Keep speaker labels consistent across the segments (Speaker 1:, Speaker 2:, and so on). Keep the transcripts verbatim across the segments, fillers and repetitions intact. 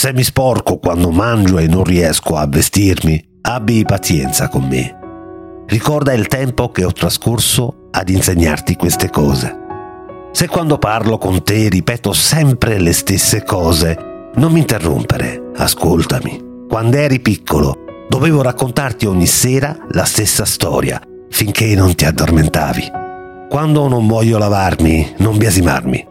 Speaker 1: Se mi sporco quando mangio e non riesco a vestirmi, abbi pazienza con me. Ricorda il tempo che ho trascorso ad insegnarti queste cose. Se quando parlo con te ripeto sempre le stesse cose, non mi interrompere, ascoltami. Quando eri piccolo, dovevo raccontarti ogni sera la stessa storia, finché non ti addormentavi. Quando non voglio lavarmi, non biasimarmi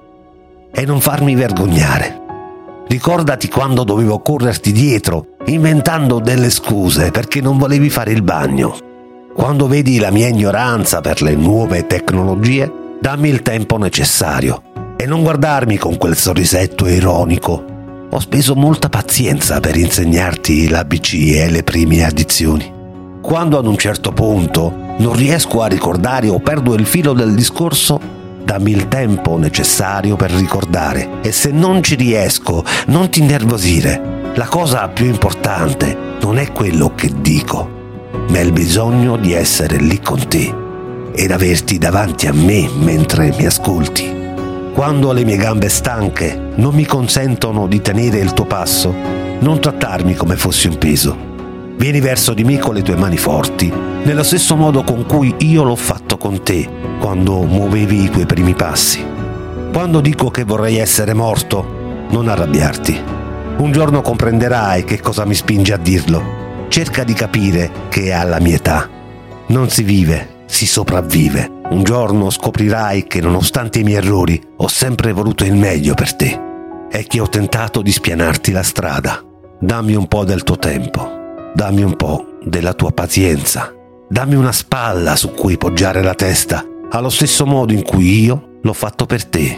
Speaker 1: e non farmi vergognare. Ricordati quando dovevo correrti dietro, inventando delle scuse perché non volevi fare il bagno. Quando vedi la mia ignoranza per le nuove tecnologie, dammi il tempo necessario e non guardarmi con quel sorrisetto ironico. Ho speso molta pazienza per insegnarti l'A B C e le prime addizioni. Quando ad un certo punto non riesco a ricordare o perdo il filo del discorso, dammi il tempo necessario per ricordare e se non ci riesco, non ti innervosire. La cosa più importante non è quello che dico, ma il bisogno di essere lì con te ed averti davanti a me mentre mi ascolti. Quando le mie gambe stanche non mi consentono di tenere il tuo passo, non trattarmi come fossi un peso. Vieni verso di me con le tue mani forti, nello stesso modo con cui io l'ho fatto con te quando muovevi i tuoi primi passi. Quando dico che vorrei essere morto, non arrabbiarti. Un giorno comprenderai che cosa mi spinge a dirlo. Cerca di capire che alla mia età non si vive, si sopravvive. Un giorno scoprirai che nonostante i miei errori ho sempre voluto il meglio per te e che ho tentato di spianarti la strada. Dammi un po' del tuo tempo. Dammi un po' della tua pazienza. Dammi una spalla su cui poggiare la testa, allo stesso modo in cui io l'ho fatto per te.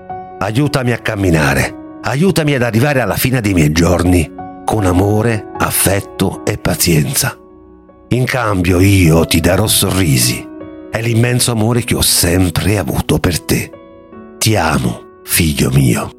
Speaker 1: Aiutami a camminare. Aiutami ad arrivare alla fine dei miei giorni con amore, affetto e pazienza. In cambio io ti darò sorrisi e l'immenso amore che ho sempre avuto per te. Ti amo, figlio mio.